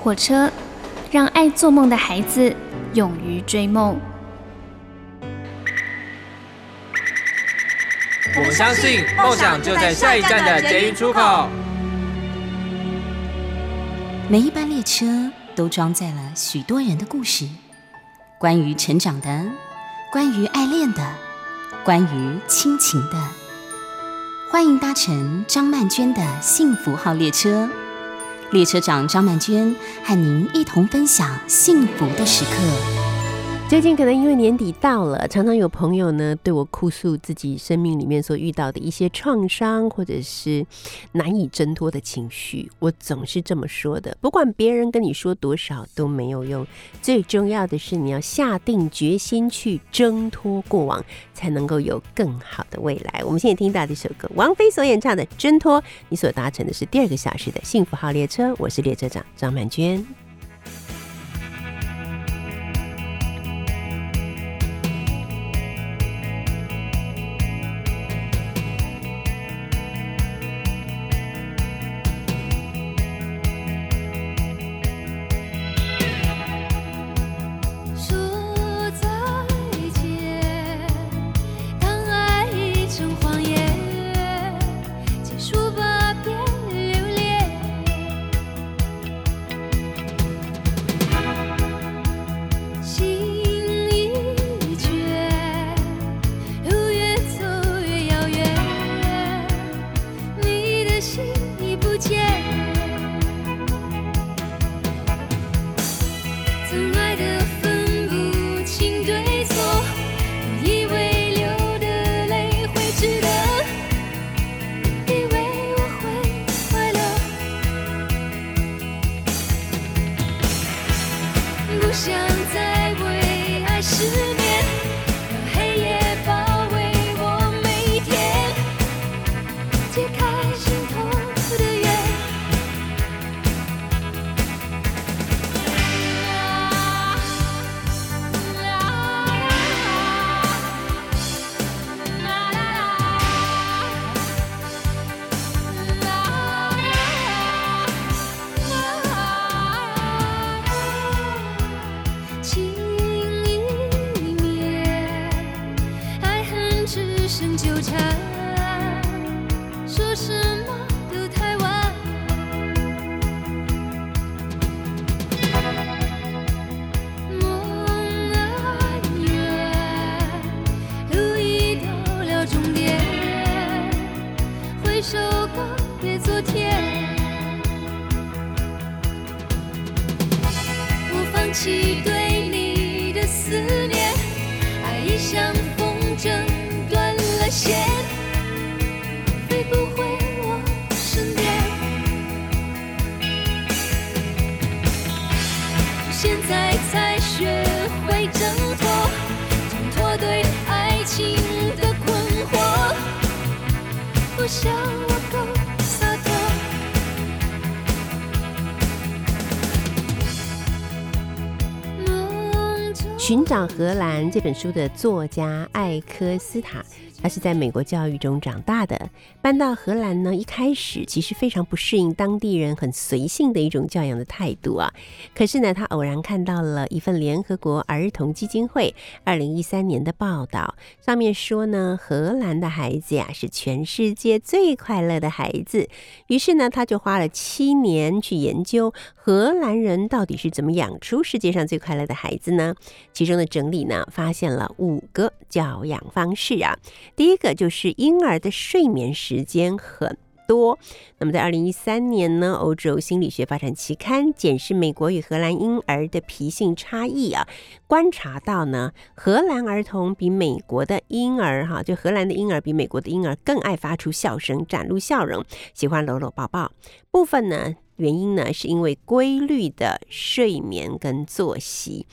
火车让爱做梦的孩子勇于追梦。 我们相信梦想就在下一站的捷运出口。 每一班列车都装载了许多人的故事，关于成长的，关于爱恋的，关于亲情的。欢迎搭乘张曼娟的幸福号列车，列车长张曼娟和您一同分享幸福的时刻。 最近可能因为年底到了，常常有朋友呢对我哭诉自己生命里面所遇到的一些创伤，或者是难以挣脱的情绪。我总是这么说的，不管别人跟你说多少都没有用，最重要的是你要下定决心去挣脱过往，才能够有更好的未来。我们现在听到这首歌，王菲所演唱的《挣脱》，你所搭乘的是第2个小时的幸福号列车，我是列车长张曼娟。寻找荷兰这本书的作家艾科斯塔，他是在美国教育中长大的，搬到荷兰呢，一开始其实非常不适应当地人很随性的一种教养的态度啊。可是呢，他偶然看到了一份联合国儿童基金会2013年的报道，上面说呢，荷兰的孩子呀是全世界最快乐的孩子。于是呢，他就花了7年去研究荷兰人到底是怎么养出世界上最快乐的孩子呢？其中的整理呢，发现了5个教养方式啊。第一个就是婴儿的睡眠时间很多。那么在2013年呢，欧洲心理学发展期刊检视美国与荷兰婴儿的脾性差异啊，观察到呢，荷兰儿童比美国的婴儿就荷兰的婴儿比美国的婴儿更爱发出笑声，展露笑容，喜欢搂搂抱抱。部分呢原因呢是因为规律的睡眠跟作息。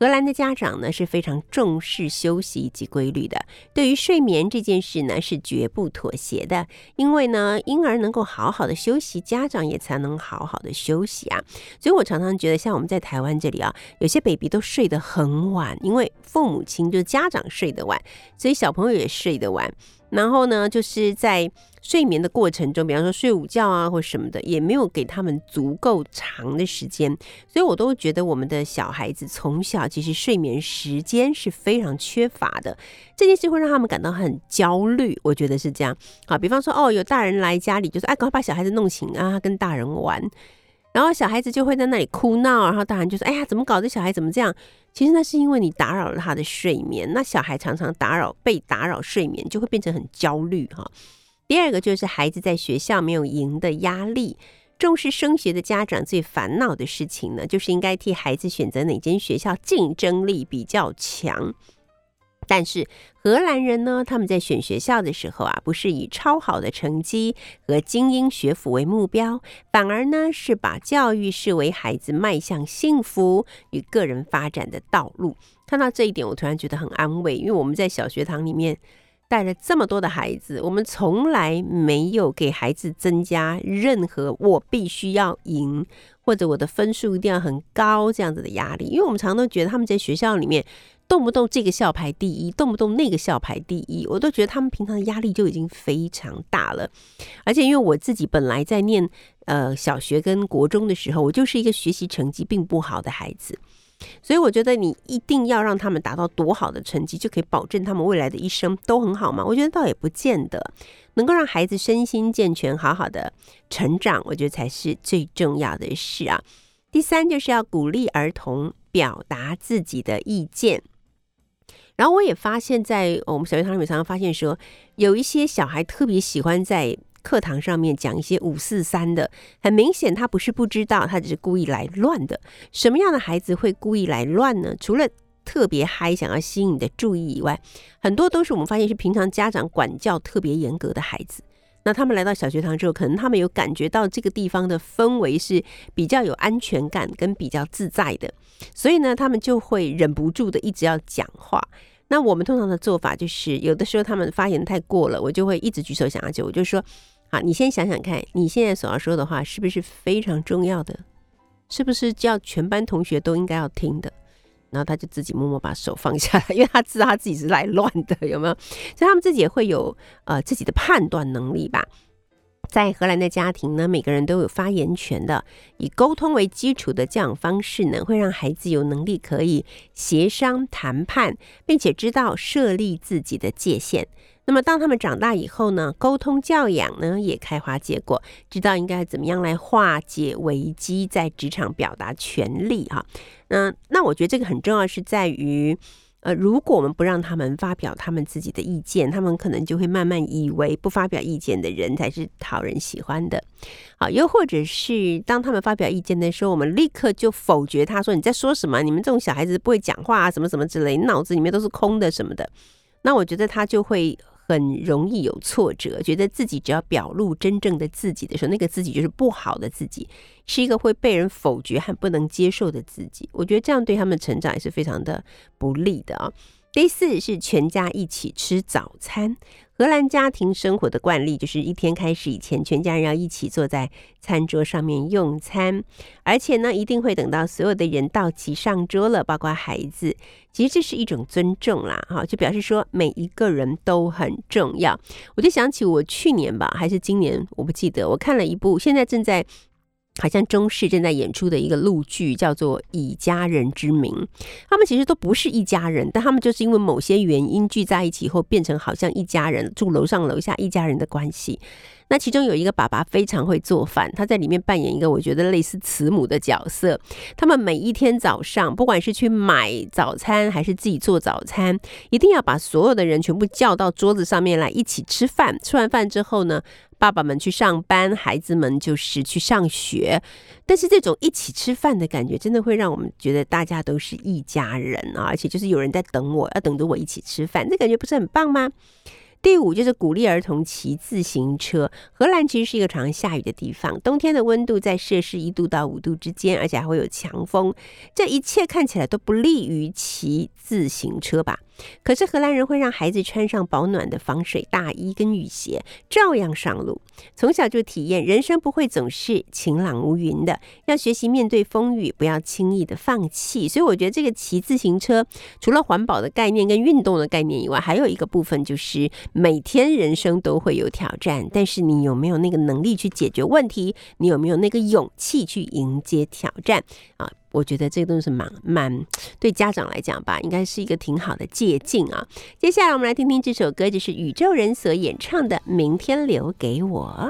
荷兰的家长呢是非常重视休息以及规律的，对于睡眠这件事呢是绝不妥协的，因为呢婴儿能够好好的休息，家长也才能好好的休息啊。所以我常常觉得像我们在台湾这里啊，有些 baby 都睡得很晚，因为父母亲就是家长睡得晚，所以小朋友也睡得晚。然后呢，就是在睡眠的过程中，比方说睡午觉啊或什么的，也没有给他们足够长的时间，所以我都觉得我们的小孩子从小其实睡眠时间是非常缺乏的，这件事会让他们感到很焦虑，我觉得是这样。好，比方说有大人来家里，就说赶快把小孩子弄醒啊，跟大人玩。然后小孩子就会在那里哭闹，然后大人就说哎呀怎么搞，这小孩怎么这样，其实那是因为你打扰了他的睡眠，那小孩常常被打扰睡眠就会变成很焦虑哈。第二个就是孩子在学校没有赢的压力，重视升学的家长最烦恼的事情呢，就是应该替孩子选择哪间学校竞争力比较强。但是荷兰人呢，他们在选学校的时候啊，不是以超好的成绩和精英学府为目标，反而呢是把教育视为孩子迈向幸福与个人发展的道路。看到这一点，我突然觉得很安慰，因为我们在小学堂里面带了这么多的孩子，我们从来没有给孩子增加任何我必须要赢或者我的分数一定要很高这样子的压力，因为我们常常都觉得他们在学校里面动不动这个校排第一，动不动那个校排第一，我都觉得他们平常的压力就已经非常大了。而且因为我自己本来在念小学跟国中的时候，我就是一个学习成绩并不好的孩子，所以我觉得你一定要让他们达到多好的成绩就可以保证他们未来的一生都很好吗？我觉得倒也不见得，能够让孩子身心健全好好的成长，我觉得才是最重要的事啊。第三就是要鼓励儿童表达自己的意见。然后我也发现在我们小学堂里面常常发现说，有一些小孩特别喜欢在课堂上面讲一些543的，很明显他不是不知道，他只是故意来乱的。什么样的孩子会故意来乱呢？除了特别嗨想要吸引你的注意以外，很多都是我们发现是平常家长管教特别严格的孩子，那他们来到小学堂之后，可能他们有感觉到这个地方的氛围是比较有安全感跟比较自在的，所以呢他们就会忍不住的一直要讲话。那我们通常的做法就是，有的时候他们发言太过了，我就会一直举手想要救，我就说好，你先想想看，你现在所要说的话是不是非常重要的，是不是叫全班同学都应该要听的。然后他就自己默默把手放下来，因为他知道他自己是来乱的，有没有？所以他们自己也会有自己的判断能力吧。在荷兰的家庭呢，每个人都有发言权的，以沟通为基础的教养方式呢，会让孩子有能力可以协商谈判，并且知道设立自己的界限。那么当他们长大以后呢，沟通教养呢也开花结果，知道应该怎么样来化解危机，在职场表达权利哈。那我觉得这个很重要，是在于如果我们不让他们发表他们自己的意见，他们可能就会慢慢以为不发表意见的人才是讨人喜欢的。好，又或者是当他们发表意见的时候，我们立刻就否决他，说你在说什么？你们这种小孩子不会讲话啊，什么什么之类，脑子里面都是空的什么的。那我觉得他就会很容易有挫折，觉得自己只要表露真正的自己的时候，那个自己就是不好的自己，是一个会被人否决和不能接受的自己。我觉得这样对他们成长也是非常的不利的啊。第四是全家一起吃早餐。荷兰家庭生活的惯例就是一天开始以前，全家人要一起坐在餐桌上面用餐，而且呢一定会等到所有的人到齐上桌了，包括孩子。其实这是一种尊重啦，就表示说每一个人都很重要。我就想起我去年吧还是今年我不记得，我看了一部现在正在好像中视正在演出的一个陆剧，叫做《以家人之名》。他们其实都不是一家人，但他们就是因为某些原因聚在一起后，变成好像一家人，住楼上楼下一家人的关系。那其中有一个爸爸非常会做饭，他在里面扮演一个我觉得类似慈母的角色。他们每一天早上，不管是去买早餐还是自己做早餐，一定要把所有的人全部叫到桌子上面来一起吃饭。吃完饭之后呢，爸爸们去上班，孩子们就是去上学。但是这种一起吃饭的感觉真的会让我们觉得大家都是一家人啊，而且就是有人在等我，要等着我一起吃饭，这感觉不是很棒吗？ 第5就是鼓励儿童骑自行车。荷兰其实是一个常下雨的地方，冬天的温度在摄氏1度到5度之间，而且还会有强风，这一切看起来都不利于骑自行车吧。可是荷兰人会让孩子穿上保暖的防水大衣跟雨鞋，照样上路。从小就体验人生不会总是晴朗无云的，要学习面对风雨，不要轻易的放弃。所以我觉得这个骑自行车除了环保的概念跟运动的概念以外，还有一个部分就是每天人生都会有挑战，但是你有没有那个能力去解决问题，你有没有那个勇气去迎接挑战啊？我觉得这个都是蛮对家长来讲吧，应该是一个挺好的借鉴啊。接下来我们来听听这首歌，就是宇宙人所演唱的《明天留给我》。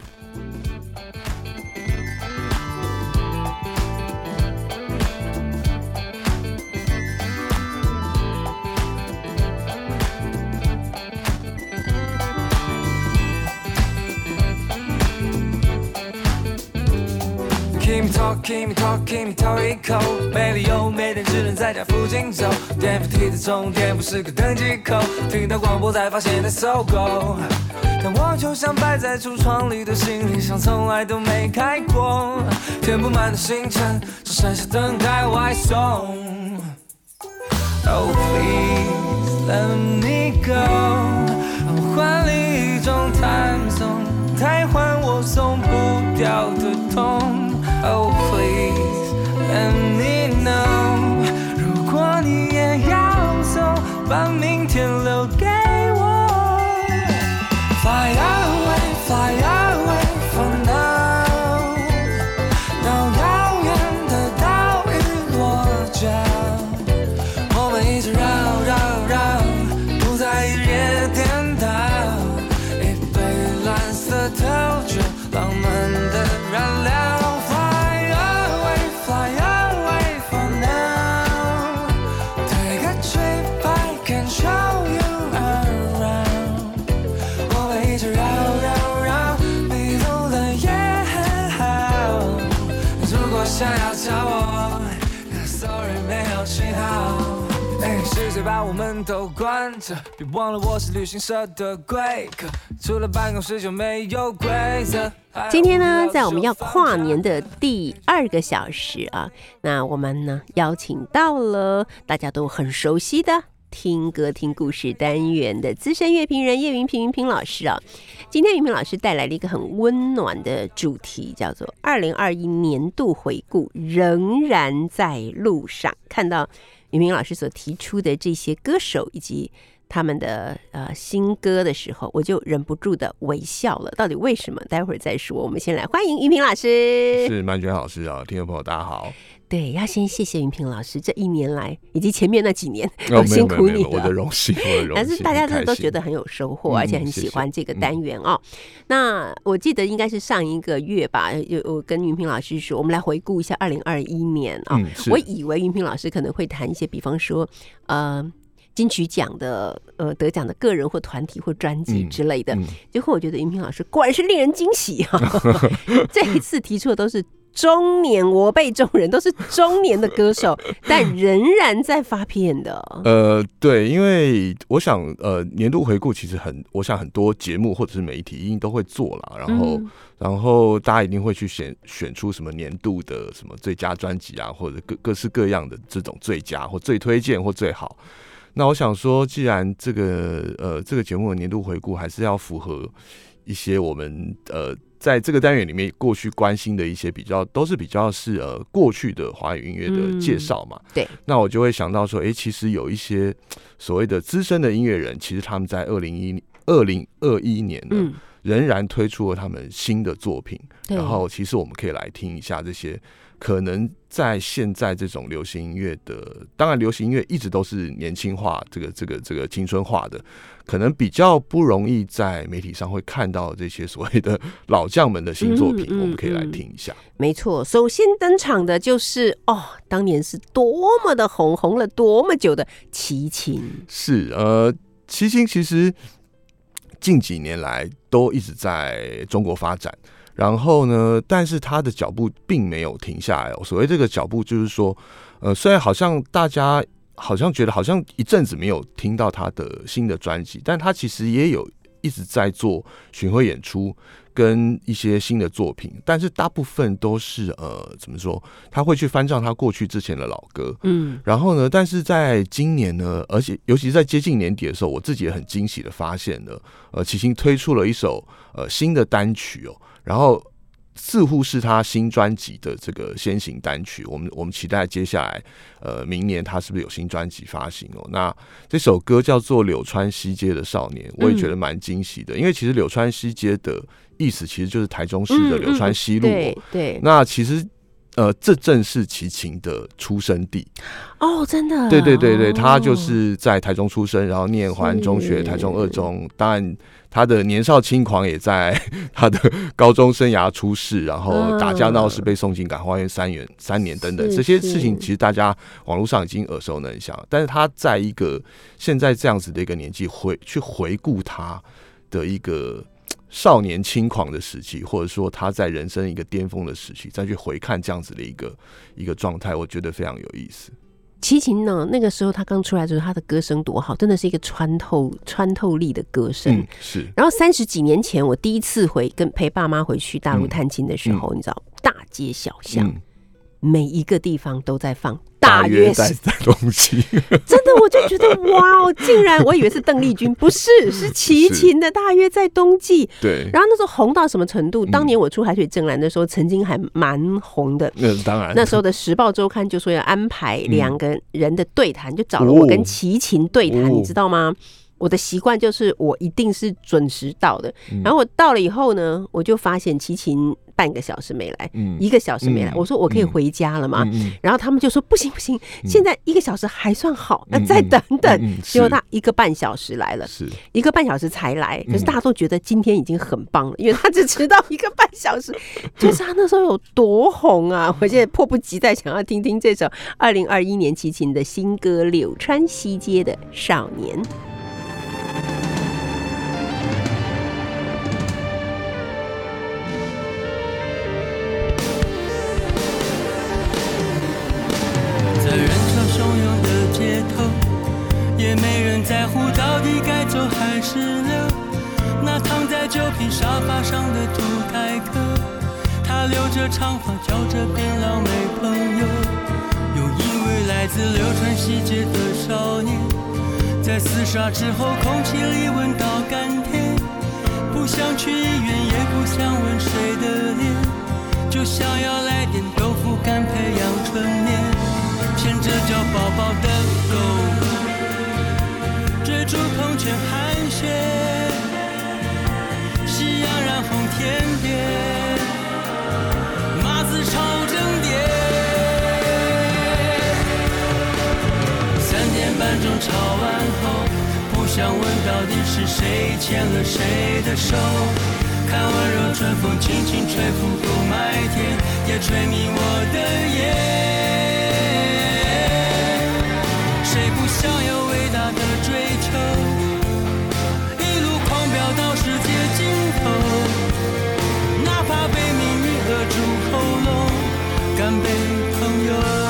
Keep me talk, keep me talk, keep me talk 一口，没理由，每天只能在家附近走。电扶梯的终点不是个登机口，听到广播才发现在搜狗。但我就像摆在橱窗里的行李箱，从来都没开过。填不满的行程，只剩下等待外送。Oh please let me go， 换另一种弹松，太换我松不掉的痛。Oh please let me know， 如果你也要走，把明天留给我。Fly away, fly away from now， 到遥远的岛屿落脚，我们一直绕绕绕，不在日夜颠倒，一杯蓝色调酒，浪漫的燃料。想要找我 ，Sorry 没有信号。是谁把我们都关着？别忘了我是旅行社的贵客，除了办公室就没有规则。 今天呢，在我们要跨年的第2个小时啊，那我们呢邀请到了大家都很熟悉的听歌听故事单元的资深乐评人叶云平老师啊。今天云平老师带来了一个很温暖的主题，叫做2021年度回顾，仍然在路上。看到云平老师所提出的这些歌手以及他们的新歌的时候，我就忍不住的微笑了。到底为什么？待会儿再说。我们先来欢迎云平老师。 是曼娟老师啊，听众朋友大家好。 对，要先谢谢云平老师这1年来以及前面那几年都辛苦你了， 我的荣幸，我的荣幸。 但是大家真的都觉得很有收获，而且很喜欢这个单元哦。那我记得应该是上一个月吧，我跟云平老师说，我们来回顾一下2021年啊。我以为云平老师可能会谈一些，比方说金曲奖的得奖的个人或团体或专辑之类的。结果我觉得云平老师果然是令人惊喜啊！这一次提出的都是中年，我辈中人，都是中年的歌手，但仍然在发片的。 对，因为我想年度回顾其实我想很多节目或者是媒体一定都会做啦，然后大家一定会去选出什么年度的什么最佳专辑啊，或者各式各样的这种最佳或最推荐或最好。那我想说，既然这个节目的年度回顾还是要符合一些我们在这个单元里面过去关心的一些都是比较是过去的华语音乐的介绍嘛。 对。 那我就会想到说，其实有一些所谓的资深的音乐人，其实他们在2021年呢，仍然推出了他们新的作品。然后，其实我们可以来听一下这些。可能在现在这种流行音乐的，当然流行音乐一直都是年轻化，这个青春化的，可能比较不容易在媒体上会看到这些所谓的老将们的新作品，我们可以来听一下。 没错，首先登场的就是当年是多么的红了多么久的齐秦。 是齐秦其实近几年来都一直在中国发展。然后呢，但是他的脚步并没有停下来。所谓这个脚步就是说，虽然好像大家好像觉得好像一阵子没有听到他的新的专辑，但他其实也有一直在做巡回演出跟一些新的作品，但是大部分都是怎么说？他会去翻唱他过去之前的老歌，然后呢，但是在今年呢，而且尤其是在接近年底的时候，我自己也很惊喜的发现了，齐秦推出了一首新的单曲哦，然后似乎是他新专辑的这个先行单曲，我们期待接下来明年他是不是有新专辑发行哦？那这首歌叫做《柳川西街的少年》，我也觉得蛮惊喜的，因为其实柳川西街的意思其实就是台中市的柳川西路哦。 对， 那其实这正是齐秦的出生地哦，真的， 对，他就是在台中出生，然后念华安中学、台中二中，当然他的年少轻狂也在他的高中生涯出事，然后打架闹事被送进感化院3年等等，这些事情其实大家网络上已经耳熟能详，但是他在一个现在这样子的一个年纪去回顾他的一个少年轻狂的时期，或者说他在人生一个巅峰的时期，再去回看这样子的一个状态，我觉得非常有意思。 齐秦呢，那个时候他刚出来的时候，他的歌声多好，真的是一个穿透力的歌声。 是。 然后30几年前，我第一次陪爸妈回去大陆探亲的时候，你知道，大街小巷，每一个地方都在放。大约在东西， 真的我就觉得哇哦，竟然我以为是邓丽君，不是，是齐秦的《大约在冬季》。 对， 然后那时候红到什么程度？当年我出海水正蓝的时候，曾经还蛮红的。 当然， 那时候的《时报周刊》就说要安排2个人的对谈，就找了我跟齐秦对谈，你知道吗？我的习惯就是我一定是准时到的，然后我到了以后呢，我就发现齐秦半个小时没来，1个小时没来，我说我可以回家了嘛，然后他们就说不行，现在1个小时还算好，那再等等，结果他1个半小时来了，1个半小时才来，可是大家都觉得今天已经很棒了，因为他只迟到1个半小时，就是他那时候有多红啊！我现在迫不及待想要听听这首2021年齐秦的新歌《柳川西街的少年》。 也没人在乎到底该走还是留，那躺在酒瓶沙发上的朱台客，他留着长发嚼着槟榔没朋友，又因为来自柳川西街的少年，在厮杀之后空气里闻到甘甜，不想去医院也不想吻谁的脸，就想要来点豆腐干培养春眠，牵着脚宝宝的狗，追逐喷泉寒雪，夕阳染红天边，马子朝正殿，3点半钟吵完后，不想问到底是谁牵了谁的手，看温柔春风轻轻吹拂过麦田，也吹迷我的眼，谁不想有伟大的追求，一路狂飙到世界尽头，哪怕被命运扼住喉咙，干杯朋友。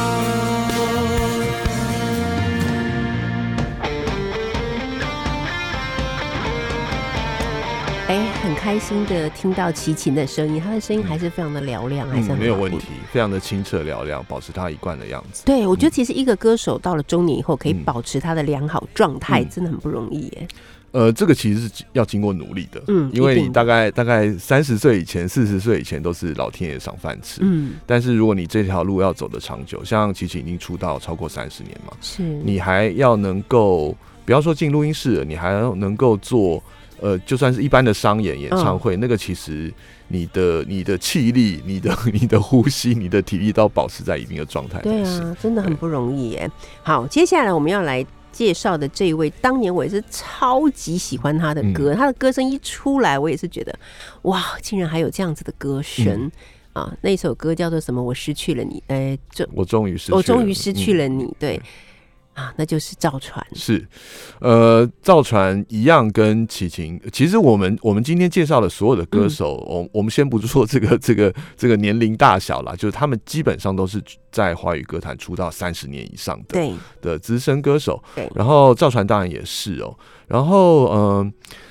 很开心的听到齐秦的声音，他的声音还是非常的嘹亮，还是很没有问题，非常的清澈嘹亮，保持他一贯的样子。 对，我觉得其实一个歌手到了中年以后，可以保持他的良好状态，真的很不容易耶。 这个其实是要经过努力的，因为你大概30岁以前、40岁以前都是老天爷赏饭吃，但是如果你这条路要走得长久，像齐秦已经出道超过30年嘛， 是你还要能够，不要说进录音室了，你还要能够做。就算是一般的商演演唱会，那个其实你的气力、你的呼吸、你的体力都要保持在一定的状态。 对啊，真的很不容易耶。好，接下来我们要来介绍的这一位，当年我也是超级喜欢他的歌，他的歌声一出来，我也是觉得哇，竟然还有这样子的歌声。啊，那首歌叫做什么？我失去了你， 我终于失去了你， 对。啊，那就是赵传。 是，赵传一样跟齐秦。其实我们今天介绍的所有的歌手，我们先不说这个年龄大小啦，就是他们基本上都是在华语歌坛出道30年以上的资深歌手。对，然后赵传当然也是哦。然后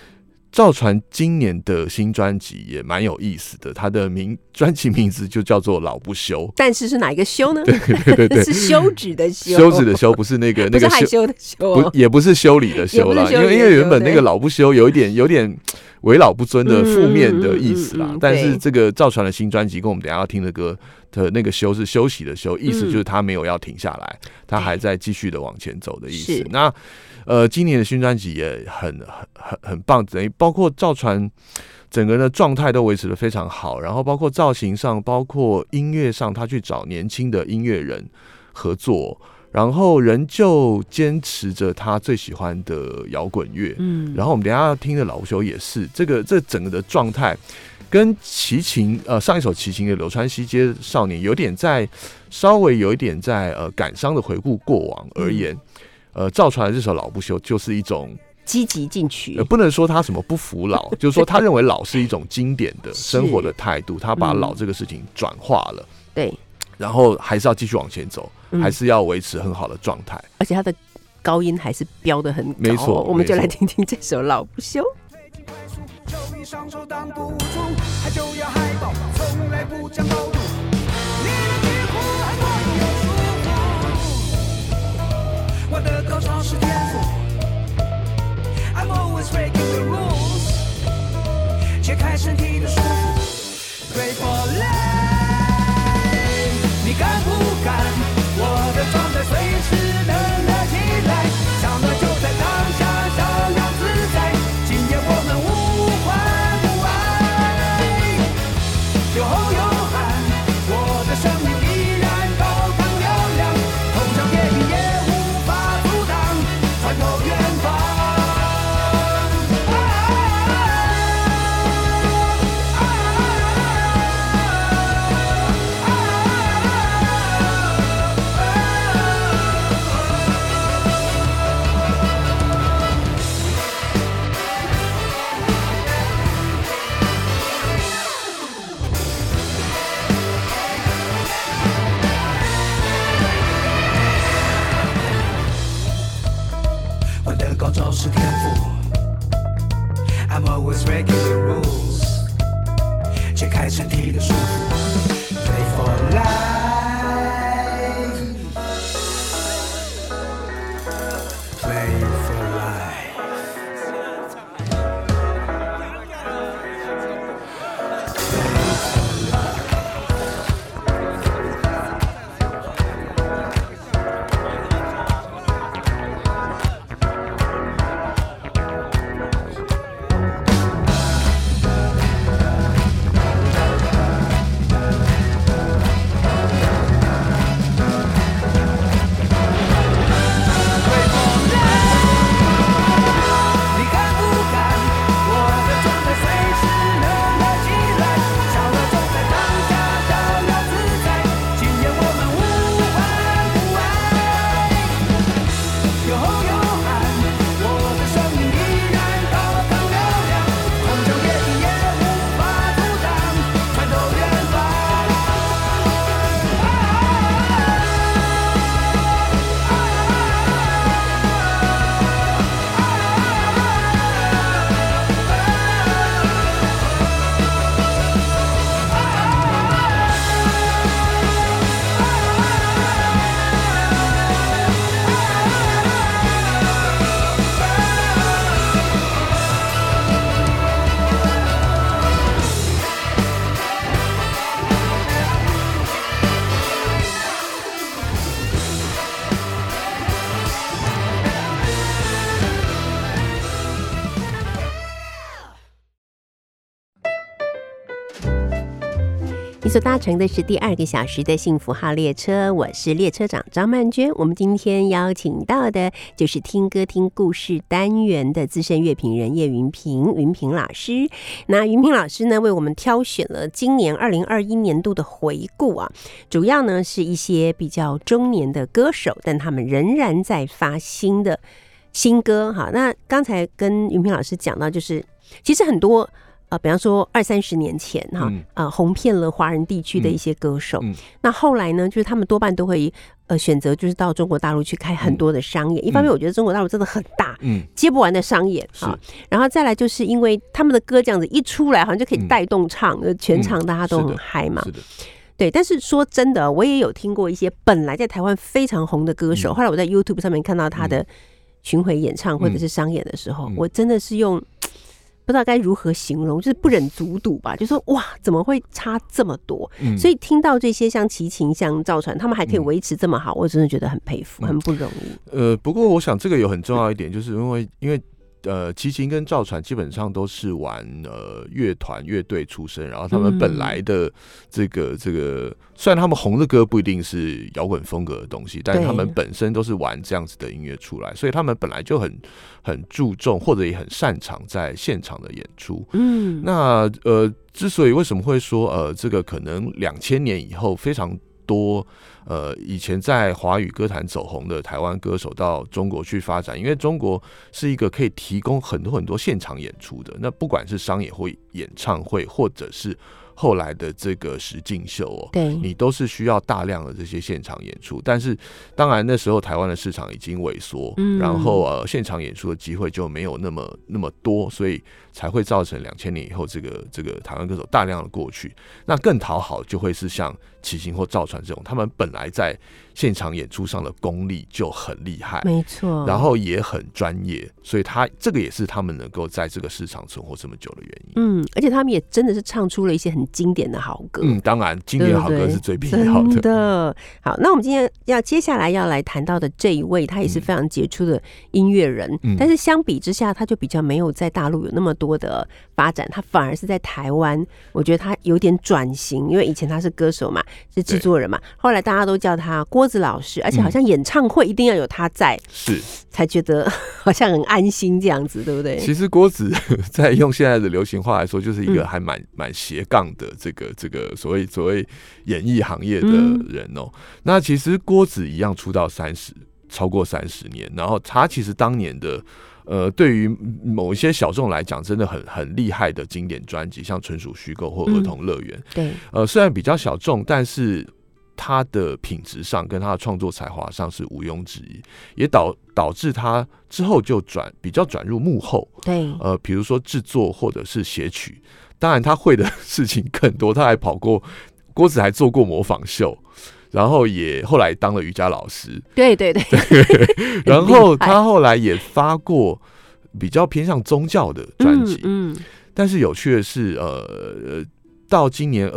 赵传今年的新专辑也蛮有意思的，他的专辑名字就叫做老不休， 但是哪一个休呢？ 对是休止的休， 休止的休，不是那个不是害羞的羞， 也不是修理的修啦，因为原本那个老不休有点为老不尊的负面的意思啦，但是这个赵传的新专辑跟我们等一下要听的歌的那个休是休息的休，意思就是他没有要停下来，他还在继续的往前走的意思。那今年的新专辑也很棒，等于包括赵传整个人的状态都维持得非常好，然后包括造型上，包括音乐上，他去找年轻的音乐人合作，然后仍旧坚持着他最喜欢的摇滚乐。然后我们等一下要听的老不休也是这整个的状态。跟齐秦上一首齐秦的《柳川西街少年》稍微有一点在感伤的回顾过往而言，赵传的这首《老不休》就是一种积极进取， 不能说他什么不服老，就是说他认为老是一种经典的生活的态度，他把老这个事情转化了， 对， 然后还是要继续往前走，还是要维持很好的状态， 而且他的高音还是飙得很高， 没错， 我们就来听听这首《老不休》。 就你双手挡不住，还就要害怕，从来不讲高度。你的疾呼还多有束缚，我的高潮是天赋。I'm always breaking the rules， 解开身体的束缚。Pray for life， 你敢不敢？我的状态随时能热起来，想的就在当下，逍遥自在。今夜我们无欢无爱，有后有汗，我的生命依然高亢嘹亮，通宵夜明也无法阻挡，穿透远方。高招是天赋 I'm always breaking the rules， 解开身体的束缚 Play for life， Play for life。 你所搭乘的是第2个小时的幸福号列车，我是列车长张曼娟。我们今天邀请到的就是听歌听故事单元的资深乐评人叶云平老师。那云平老师呢，为我们挑选了今年2021年度的回顾啊，主要呢是一些比较中年的歌手，但他们仍然在发新歌。好，那刚才跟云平老师讲到，就是其实很多比方说20-30年前红遍了华人地区的一些歌手，那后来呢，就是他们多半都会选择就是到中国大陆去开很多的商演。一方面，我觉得中国大陆真的很大，接不完的商演然后再来就是因为他们的歌这样子一出来，好像就可以带动唱，全场大家都很嗨嘛。对，但是说真的，我也有听过一些本来在台湾非常红的歌手，后来我在 YouTube 上面看到他的巡回演唱或者是商演的时候，我真的是用不知道该如何形容，就是不忍卒睹吧，就说哇，怎么会差这么多？所以听到这些像齐秦、像赵传，他们还可以维持这么好，我真的觉得很佩服，很不容易。 不过我想这个有很重要一点，就是因为齐秦跟赵传基本上都是玩乐团乐队出身，然后他们本来的这个虽然他们红的歌不一定是摇滚风格的东西，但他们本身都是玩这样子的音乐出来，所以他们本来就很注重或者也很擅长在现场的演出。那之所以为什么会说这个可能2000年以后非常多以前在华语歌坛走红的台湾歌手到中国去发展，因为中国是一个可以提供很多现场演出的，那不管是商业会、演唱会，或者是后来的这个实境秀对，你都是需要大量的这些现场演出。但是当然那时候台湾的市场已经萎缩，然后现场演出的机会就没有那么多，所以才会造成2000年以后这个台湾歌手大量的过去。那更讨好就会是像齐秦或赵传这种，他们本来在现场演出上的功力就很厉害， 没错， 然后也很专业，所以这个也是他们能够在这个市场存活这么久的原因。 而且他们也真的是唱出了一些很经典的好歌。 当然经典的好歌是最必要的。 真的。好，那我们今天接下来要来谈到的这一位，他也是非常杰出的音乐人，但是相比之下他就比较没有在大陆有那么多的发展，他反而是在台湾，我觉得他有点转型，因为以前他是歌手嘛，是制作人嘛，后来大家都叫他郭子老师，而且好像演唱会一定要有他在， 是才觉得好像很安心这样子，对不对？ 其实郭子在用现在的流行话来说，就是一个还蛮斜杠的这个所谓演艺行业的人那其实郭子一样出道超过30年，然后他其实当年的对于某一些小众来讲，真的很厉害的经典专辑，像纯属虚构或儿童乐园，对，虽然比较小众，但是他的品质上跟他的创作才华上是毋庸置疑，也导致他之后就比较转入幕后，对，比如说制作或者是写曲，当然他会的事情更多，他还郭子还做过模仿秀。然后也后来当了瑜伽老师，对，然后他后来也发过比较偏向宗教的专辑，但是有趣的是，到今年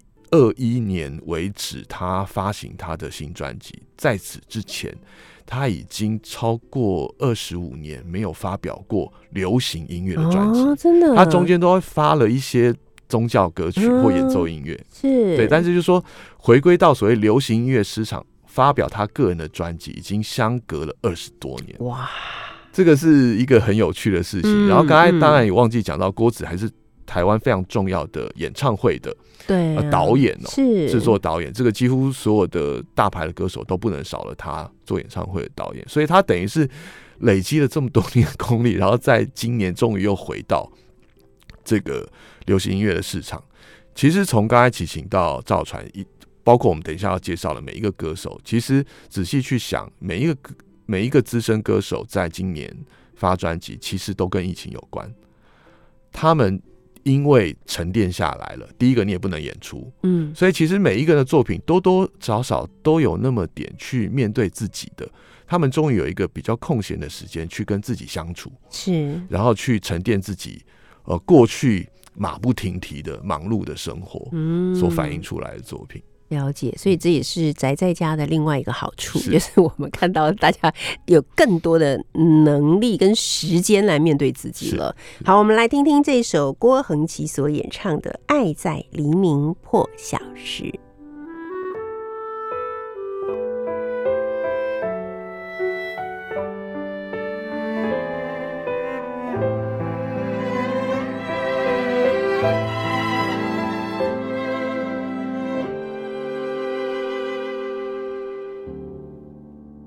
2021年为止，他发行他的新专辑，在此之前，他已经超过25年没有发表过流行音乐的专辑，真的，他中间都发了一些宗教歌曲或演奏音乐，是对，但是就是说回归到所谓流行音乐市场，发表他个人的专辑已经相隔了20多年，哇，这个是一个很有趣的事情。然后刚才当然也忘记讲到，郭子还是台湾非常重要的演唱会的导演是制作导演，这个几乎所有的大牌的歌手都不能少了他做演唱会的导演，所以他等于是累积了这么多年的功力，然后在今年终于又回到这个流行音乐的市场。其实从刚才齐秦到赵传，包括我们等一下要介绍的每一个歌手，其实仔细去想，每一个资深歌手在今年发专辑，其实都跟疫情有关。他们因为沉淀下来了，第一个你也不能演出，所以其实每一个人的作品多多少少都有那么点去面对自己的。他们终于有一个比较空闲的时间去跟自己相处，是，然后去沉淀自己过去马不停蹄的忙碌的生活所反映出来的作品。 了解，所以这也是宅在家的另外一个好处，就是我们看到大家有更多的能力跟时间来面对自己了。好，我们来听听这首郭恒琪所演唱的《爱在黎明破晓时》。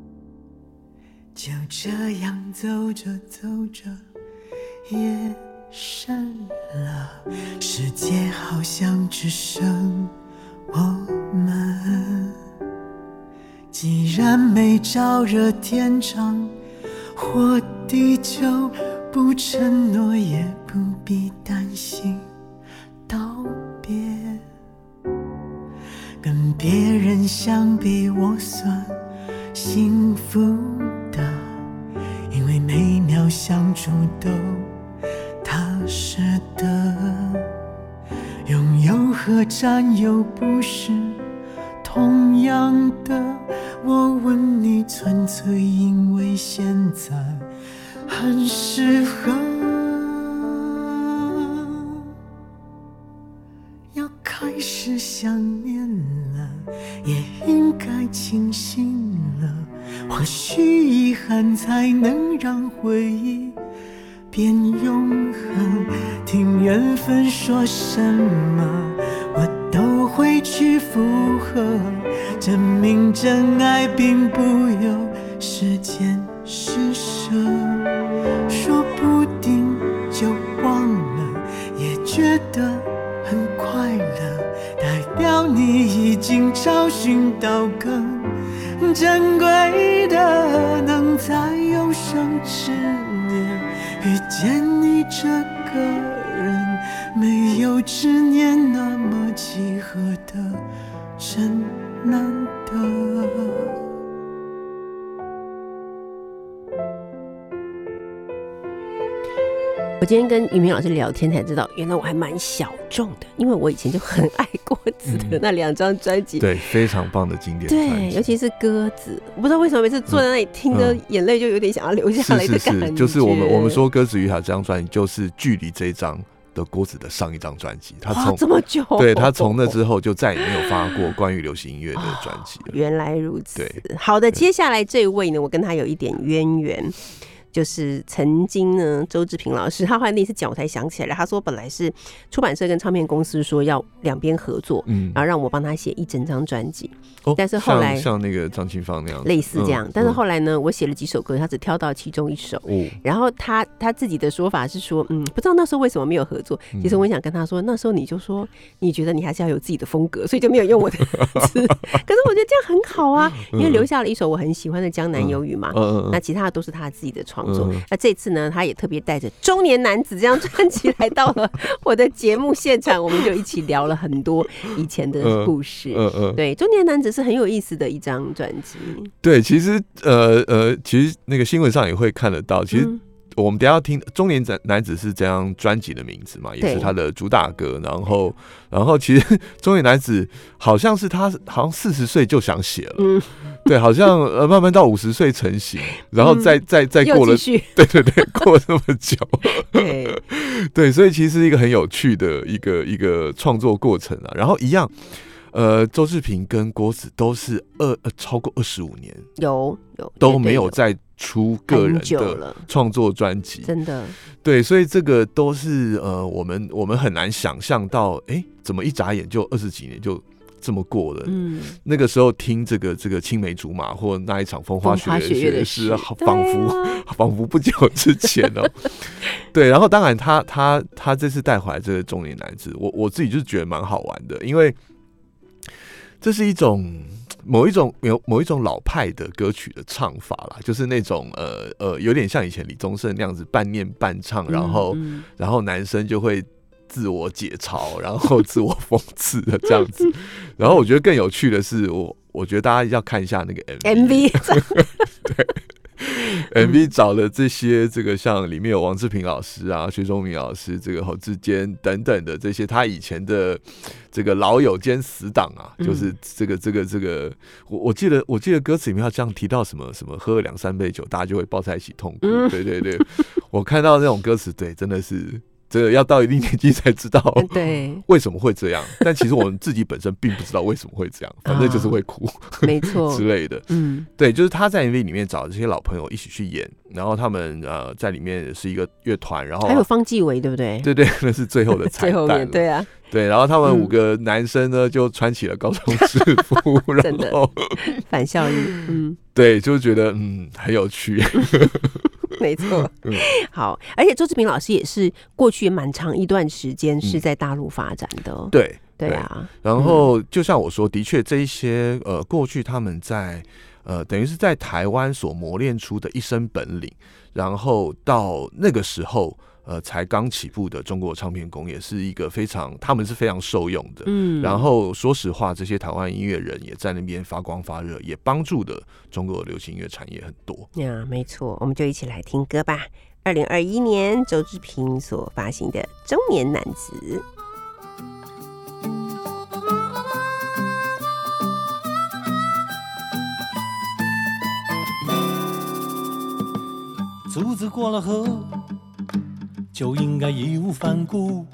就这样走着走着，夜深了，世界好像只剩我们。既然没着热天长或地久，不承诺也不必担心道别。跟别人相比，我算幸福的，因为每秒相处都踏实的。拥有和占有不是同样的，我问你，纯粹因为现在很适合。要开始想念了，也应该清醒了，或许遗憾才能让回忆变永恒。听缘分说什么，我都会去附和，证明真爱并不有时间施舍。说不定就忘了，也觉得很快乐，代表你已经找寻到更珍贵的，能在有生之年遇见你这个人，没有执念那么契合的，真难得。 我今天跟俞敏老师聊天才知道，原来我还蛮小众的，因为我以前就很爱郭子的那2张专辑， 对，非常棒的经典专辑， 对，尤其是鸽子，我不知道为什么每次坐在那里听着，眼泪就有点想要流下来的感觉。 是，就是我们说鸽子与海这张专辑，就是距离这一张的郭子的上一张专辑，他从这么久， 对，他从那之后就再也没有发过关于流行音乐的专辑了。 原来如此， 对， 好的，接下来这位呢，我跟他有一点渊源。就是曾经呢，周志平老师，他后来那次讲我才想起来，他说本来是出版社跟唱片公司说要两边合作，然后让我帮他写一整张专辑，但是后来像那个张清芳那样类似这样，但是后来呢，我写了几首歌，他只挑到其中一首，然后他自己的说法是说，不知道那时候为什么没有合作。其实我想跟他说，那时候你就说你觉得你还是要有自己的风格，所以就没有用我的词。可是我觉得这样很好啊，因为留下了一首我很喜欢的《江南有雨》嘛，那其他的都是他自己的创作。那这次呢，他也特别带着《中年男子》这张专辑来到了我的节目现场，我们就一起聊了很多以前的故事。对，《中年男子》是很有意思的一张专辑。 对，其实其实那个新闻上也会看得到，其实。我们等一下要听《中年男子》是这张专辑的名字嘛，也是他的主打歌。然后其实《中年男子》好像是他好像40岁就想写了，对，好像慢慢到50岁成型，然后再过了，对，过了那么久，对，所以其实是一个很有趣的一个创作过程啊。然后一样。周志平跟郭子都是超过25年，有都没有再出个人的创作专辑，真的对，所以这个都是我们很难想象到，怎么一眨眼就20几年就这么过了。那个时候听这个青梅竹马或那一场风花雪月的事，仿佛不久之前哦。对，然后当然他这次带回来这个中年男子，我自己就是觉得蛮好玩的，因为。这是某一种老派的歌曲的唱法啦，就是那种有点像以前李宗盛那样子半念半唱，然后男生就会自我解嘲，然后自我讽刺的这样子。然后我觉得更有趣的是，我觉得大家要看一下那个 MV 对。MV 找了这些像里面有王志平老师啊、薛忠明老师、侯志坚等等的这些他以前的老友兼死党啊，就是我记得歌词里面要这样提到什么喝了2-3杯酒，大家就会抱在一起痛哭。对，我看到那种歌词，对，真的是。这个要到一定年纪才知道，对，为什么会这样？但其实我们自己本身并不知道为什么会这样，反正就是会哭，没错之类的。对，就是他在 MV 里面找这些老朋友一起去演，然后他们在里面是一一个乐团，然后还有方季韦，对不对？ 对，那是最后的彩蛋。最后面对啊，对，然后他们5个男生呢就穿起了高中制服，然后反效应， 对，就觉得很有趣。 没错。好，而且周志平老师也是过去蛮长一段时间是在大陆发展的。对啊。 然后就像我说，的确这一些过去他们在等于是在台湾所磨练出的一身本领，然后到那个时候。才刚起步的中国唱片工业是一个他们是非常受用的。然后说实话，这些台湾音乐人也在那边发光发热，也帮助的中国的流行音乐产业很多。 没错，我们就一起来听歌吧。2021年周志平所发行的《中年男子》。 卒子过了河，就应该义无反顾，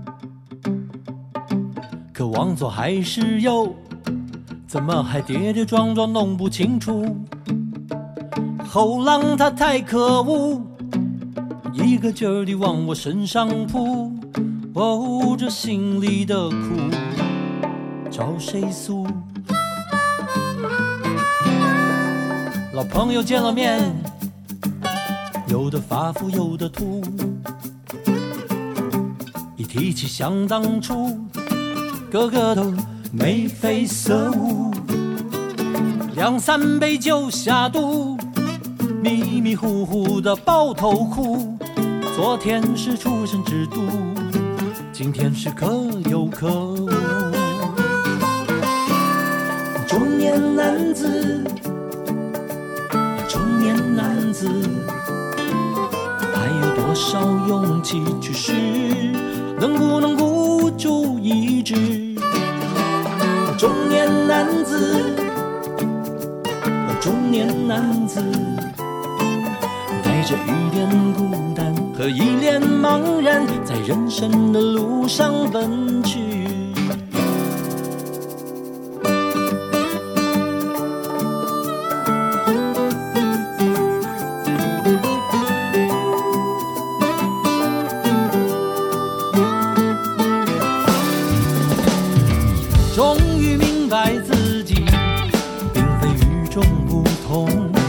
可往左还是右，怎么还跌跌撞撞弄不清楚？后浪它太可恶，一个劲儿地往我身上扑，哦，这心里的苦找谁诉？老朋友见了面，有的发福有的秃，一提起想当初，个个都眉飞色舞，2、3杯酒下肚，迷迷糊糊的抱头哭。昨天是出生之度，今天是可有可无。中年男子，中年男子，还有多少勇气去试？能不能孤注一掷？中年男子，中年男子，带着一点孤单和一脸茫然，在人生的路上奔去。终于明白自己并非与众不同，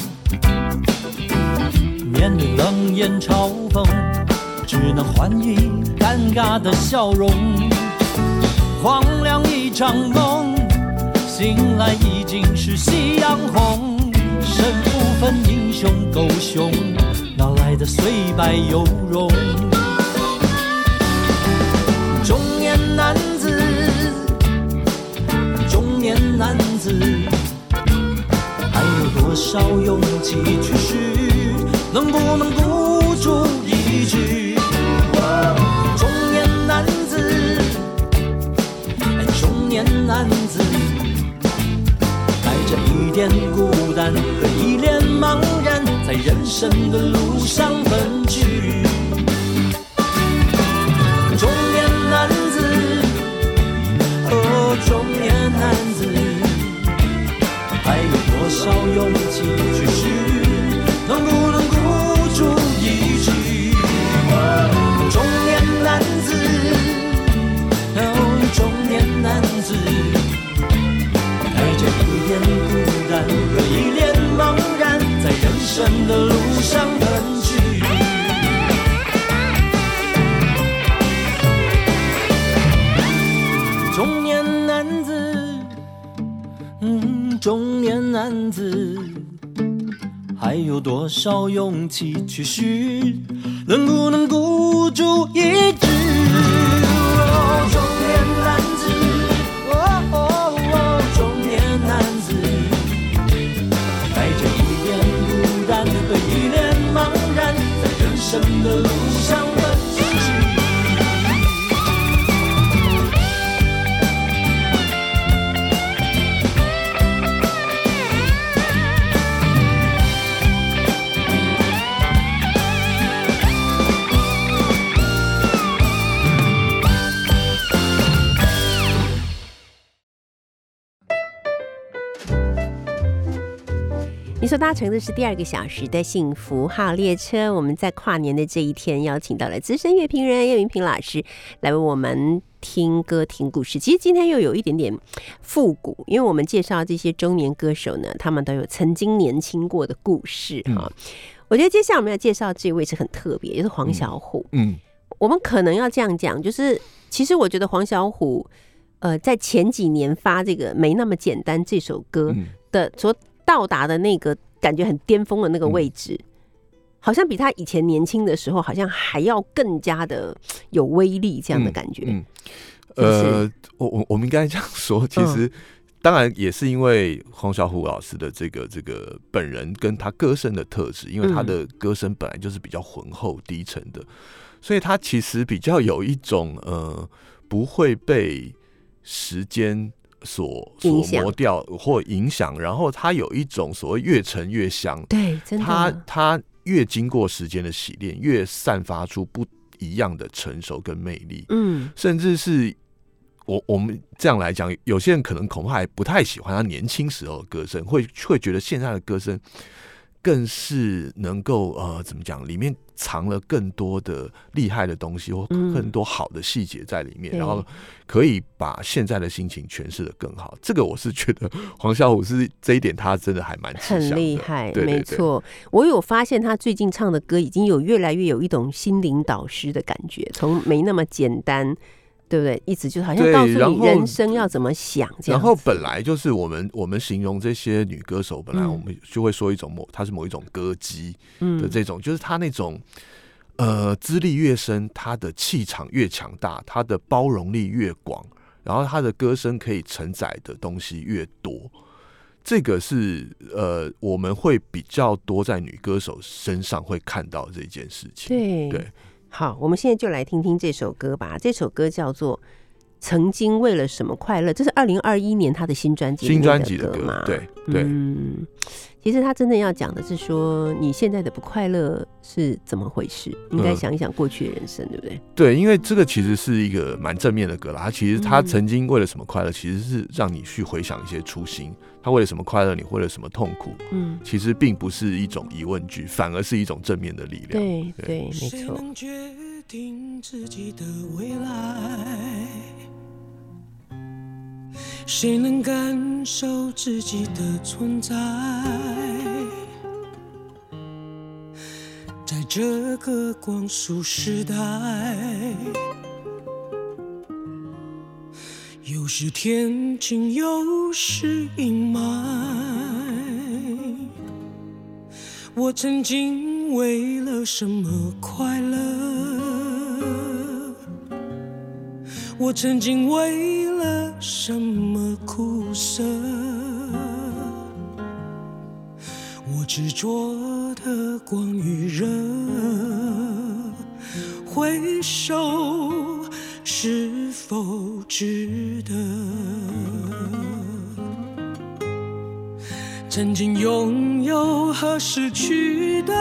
面对冷眼嘲讽，只能还以尴尬的笑容。荒凉一场梦，醒来已经是夕阳红。身不分英雄狗熊，哪来的虽败犹荣？中年男子，中年男子，还有多少勇气去试？能不能孤注一掷？中年男子，中年男子，带着一点孤单和一脸茫然，在人生的路上奔去。中年男子，哦，中年男子，还有多少勇气去试？能不能孤注一掷？中年男子，哦，中年男子，带着一点孤单和一脸茫然，在人生的路上奔去。中年男子，中年男子，还有多少勇气去试？能不能孤注一掷？哦，中年男子，哦，中年男子，带着一点孤单和一脸茫然，在人生的路上奔去。 你所搭乘的是第2个小时的幸福号列车。我们在跨年的这一天，邀请到了资深乐评人叶云平老师来为我们听歌听故事。其实今天又有一点点复古，因为我们介绍这些中年歌手呢，他们都有曾经年轻过的故事哈。我觉得接下来我们要介绍这位是很特别，也是黄小琥。我们可能要这样讲，就是其实我觉得黄小琥在前几年发这个没那么简单这首歌的所到达的那个感觉很巅峰的那个位置，好像比他以前年轻的时候好像还要更加的有威力这样的感觉。 我们应该这样说，其实当然也是因为黄小琥老师的这个本人跟他歌声的特质，因为他的歌声本来就是比较浑厚低沉的，所以他其实比较有一种不会被时间所磨掉或影响，然后它有一种所谓越陈越香。 对，真的， 它越经过时间的洗练，越散发出不一样的成熟跟魅力。甚至是我们这样来讲，有些人可能恐怕还不太喜欢他年轻时候的歌声，会觉得现在的歌声更是能够怎么讲，里面藏了更多的厉害的东西，或更多好的细节在里面，然后可以把现在的心情诠释的更好。这个我是觉得黄小琥是这一点，他真的还蛮很厉害。 对对对， 没错，我有发现他最近唱的歌已经有越来越有一种心灵导师的感觉，从没那么简单。对不对？一直就好像告诉你人生要怎么想这样。 然后本来就是我们形容这些女歌手，本来我们就会说她是某一种歌姬的这种，就是她那种资历越深，她的气场越强大，她的包容力越广，然后她的歌声可以承载的东西越多。这个是我们会比较多在女歌手身上会看到这件事情。对。 好，我们现在就来听听这首歌吧。这首歌叫做《曾经为了什么快乐》，这是2021年他的新专辑的歌嘛？ 对。 其实他真正要讲的是说，你现在的不快乐是怎么回事？应该想一想过去的人生，对不对？ 对，因为这个其实是一个蛮正面的歌啦。其实他曾经为了什么快乐，其实是让你去回想一些初心。他为了什么快乐，你为了什么痛苦？其实并不是一种疑问句，反而是一种正面的力量。 对，没错。 谁能决定自己的未来？谁能感受自己的存在？在这个光速时代，有时天晴，有时阴霾。我曾经为了什么快乐？我曾经为了什么苦涩？我执着的光与热，回首是否值得？曾经拥有和失去的，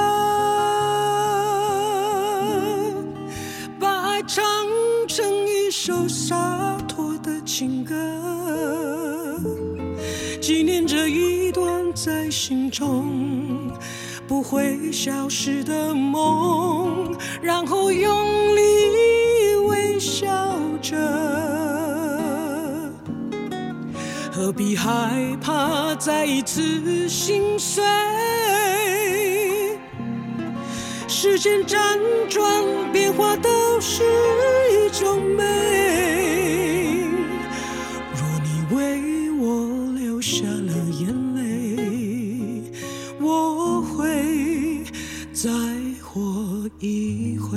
把爱唱成一首洒脱的情歌，纪念这一段在心中不会消失的梦，然后用力微笑着，何必害怕再一次心碎？时间辗转变化都是一种美，若你为我流下了眼泪，我会再活一回。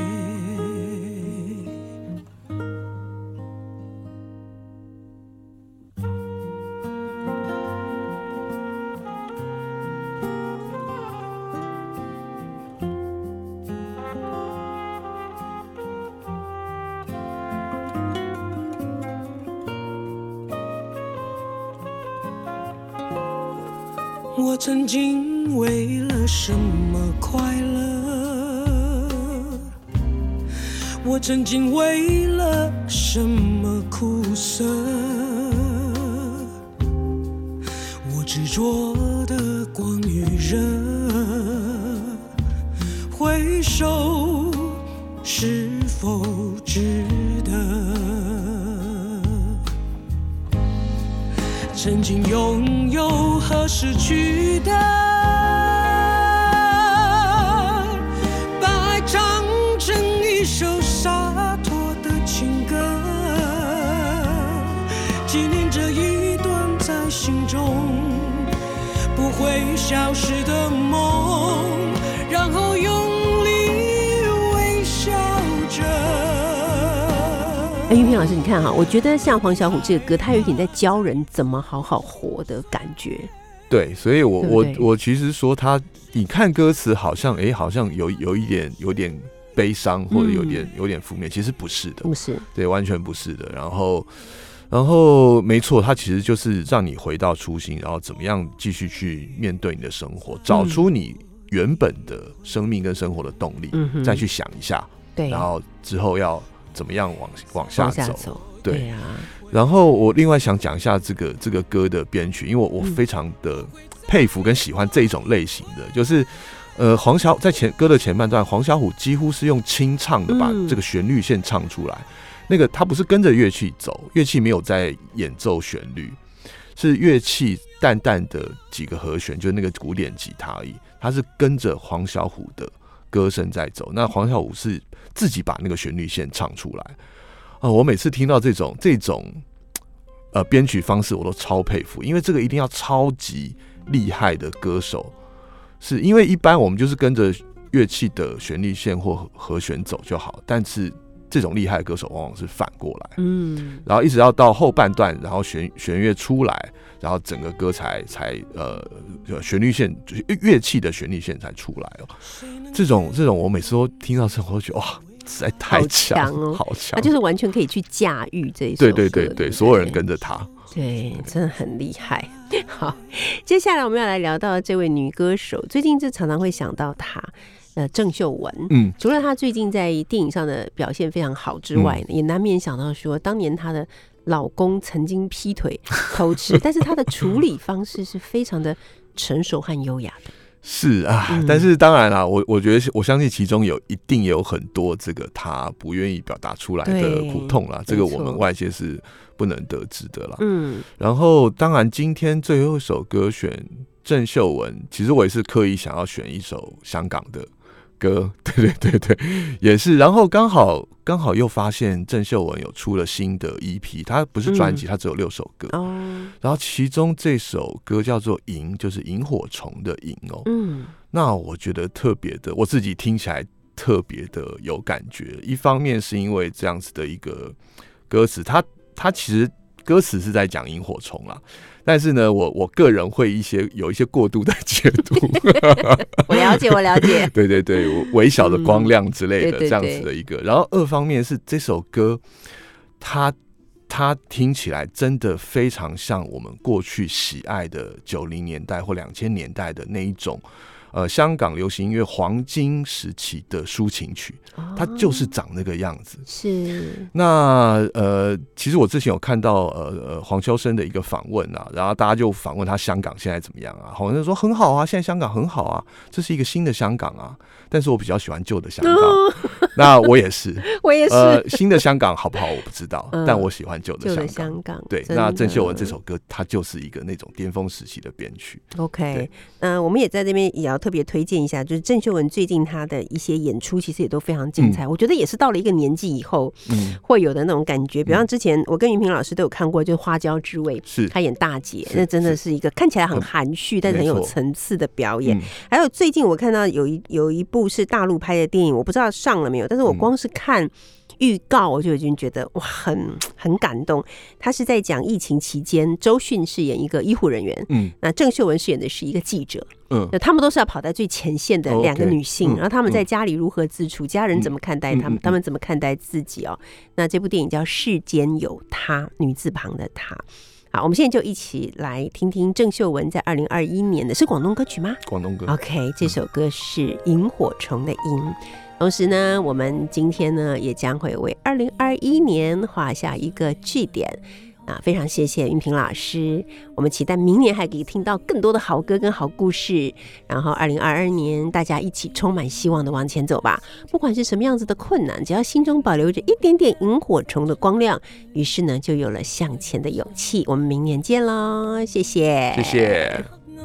我曾经为了什么快乐？我曾经为了什么苦涩？我执着的光与热，回首是否值得？ 曾经拥有和失去的，把爱唱成一首洒脱的情歌，纪念这一段在心中不会消失的梦，然后用力微笑着。 玉萍老师，你看哈，我觉得像黄小琥这个歌，他有一点在教人怎么好好活的感觉。 对，所以对我其实说他，你看歌词好像好像有一点悲伤，或者有点负面，其实不是的， 不是， 对，完全不是的。然后没错，它其实就是让你回到初心，然后怎么样继续去面对你的生活，找出你原本的生命跟生活的动力，再去想一下， 对， 然后之后要怎么样往下走。对啊。 然后我另外想讲一下这个歌的编曲，因为我非常的佩服跟喜欢这一种类型的，就是在歌的前半段，黄小琥几乎是用清唱的把这个旋律线唱出来。那个他不是跟着乐器走，乐器没有在演奏旋律，是乐器淡淡的几个和弦，就是那个古典吉他而已。他是跟着黄小琥的歌声在走，那黄小琥是自己把那个旋律线唱出来。我每次听到这种编曲方式，我都超佩服，因为这个一定要超级厉害的歌手，是因为一般我们就是跟着乐器的旋律线或和弦走就好，但是这种厉害的歌手往往是反过来，然后一直要到后半段，然后弦乐出来，然后整个歌才旋律线就是乐器的旋律线才出来哦。这种我每次都听到这，我都觉得哇，实在太强哦，好强！ 他就是完全可以去驾驭这一首歌， 对，所有人跟着他， 对，真的很厉害。好，接下来我们要来聊到这位女歌手，最近就常常会想到她。郑秀文，除了她最近在电影上的表现非常好之外，也难免想到说，当年她的老公曾经劈腿偷吃，但是她的处理方式是非常的成熟和优雅的。 是啊，但是当然啦，我觉得我相信其中一定有很多这个她不愿意表达出来的苦痛啦，这个我们外界是不能得知的啦。然后当然今天最后一首歌选郑秀文，其实我也是刻意想要选一首香港的歌，对，也是。然后刚好又发现郑秀文有出了新的 EP， 它不是专辑，它只有6首歌。然后其中这首歌叫做《萤》，就是萤火虫的萤哦。那我觉得特别的，我自己听起来特别的有感觉。一方面是因为这样子的一个歌词，它其实歌词是在讲萤火虫啦。但是呢，我个人会有一些过度的解读， 我了解， 对，微小的光亮之类的这样子的一个。然后二方面是这首歌，它听起来真的非常像我们过去喜爱的90年代或2000年代的那一种。香港流行音乐黄金时期的抒情曲，它就是长那个样子。 是。 那其实我之前有看到黄秋生的一个访问啊，然后大家就访问他香港现在怎么样啊？黄秋生说很好啊，现在香港很好啊，这是一个新的香港啊。但是我比较喜欢旧的香港，那我也是，新的香港好不好我不知道，但我喜欢旧的香港。对，那郑秀文这首歌，它就是一个那种巅峰时期的编曲。 OK， 我们也在这边也要特别推荐一下，就是郑秀文最近她的一些演出，其实也都非常精彩。我觉得也是到了一个年纪以后，会有的那种感觉。比方之前我跟云平老师都有看过，就是《花椒之味》，是她演大姐，那真的是一个看起来很含蓄，但是很有层次的表演。还有最近我看到有一部是大陆拍的电影，我不知道上了没有，但是我光是看预告我就已经觉得哇，很感动。他是在讲疫情期间，周迅饰演一个医护人员，那郑秀文饰演的是一个记者，他们都是要跑在最前线的两个女性，然后他们在家里如何自处，家人怎么看待他们，他们怎么看待自己哦。那这部电影叫《世间有她》，女字旁的她。好，我们现在就一起来听听郑秀文在2021年的，是广东歌曲吗？广东歌。OK， 这首歌是《萤火虫的萤》。同时呢，我们今天呢也将会为2021年画下一个句点。 非常谢谢云平老师，我们期待明年还可以听到更多的好歌跟好故事。然后2022年大家一起充满希望的往前走吧，不管是什么样子的困难，只要心中保留着一点点萤火虫的光亮，于是呢就有了向前的勇气。我们明年见咯，谢谢， 谢谢。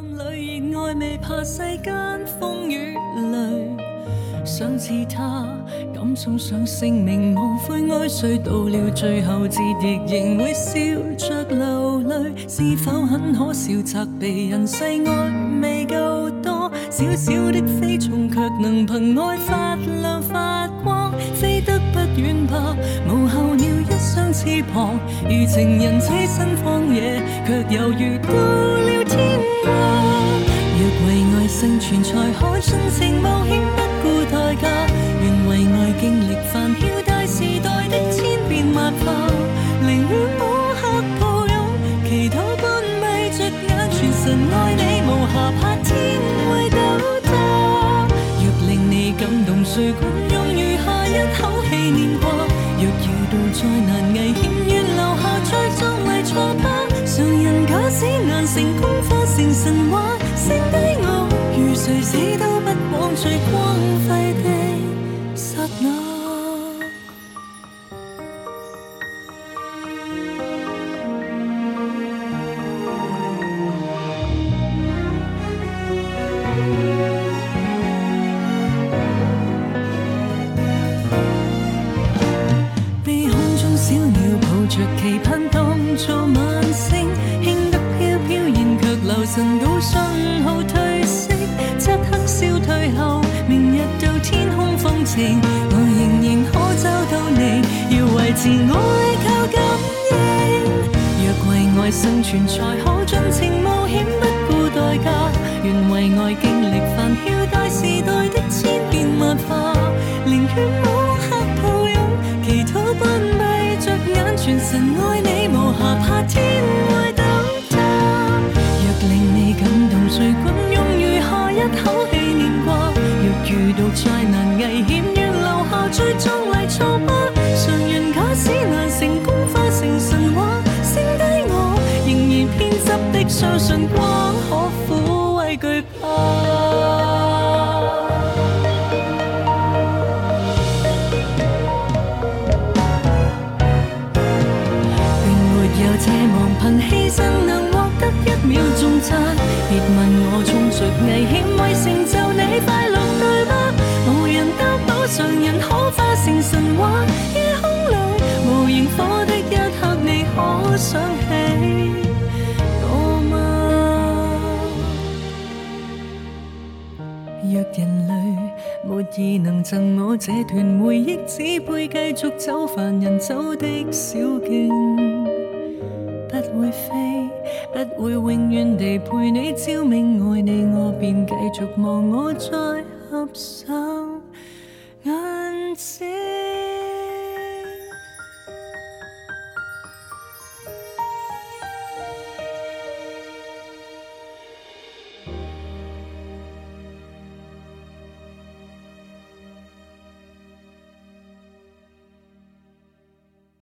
想似他敢送上姓名，無悔愛誰，到了最後節亦仍會笑着流淚。是否很可笑？責備人世愛未夠多，小小的飛蟲卻能憑愛發亮發光，飛得不遠吧，無候鳥一雙翅膀，如情人棲身荒野，卻猶如到了天國。若為愛生存才可盡情冒險，不顧代價，願為愛經歷煩囂大時代的千變萬化，寧願摸黑抱擁，祈禱半閉着眼，全神愛你，無暇怕天會倒塌。若令你感動，誰管用餘下一口氣念掛？若遇到再難危險，願留下最壯麗挫疤。常人假使難成功，化成神話，剩低我，如誰死都不枉最光輝的剎那。被空中小鳥抱着期盼當作晚星，輕得飄飄然卻留神到信號褪色，漆黑消退後，明日到天空放晴，我仍然可找到你，要維持愛靠感應。若為愛生存才可盡情冒險，不顧代價，願為愛經歷煩囂大時代的千變萬化，寧願摸黑抱擁，祈禱不閉着眼，全神愛你，無暇怕天會倒塌。若令你感動，誰管用餘下一口氣念掛？若遇到再難危險，願留下最壯麗挫疤。常人假使難成功，化成神話，剩低我，仍然偏執的相信光可撫慰懼怕。這忘憑犧牲能獲得1秒頌讚，別問我衝着危險為成就你快樂對嗎？無人擔保常人可化成神話，夜空裏無螢火的一刻，你可想起我嗎？若人類沒意能贈我這段回憶，只配繼續走凡人走的小徑，不會飛，不會永遠地陪你，照明愛你，我便繼續望我再合上眼睛。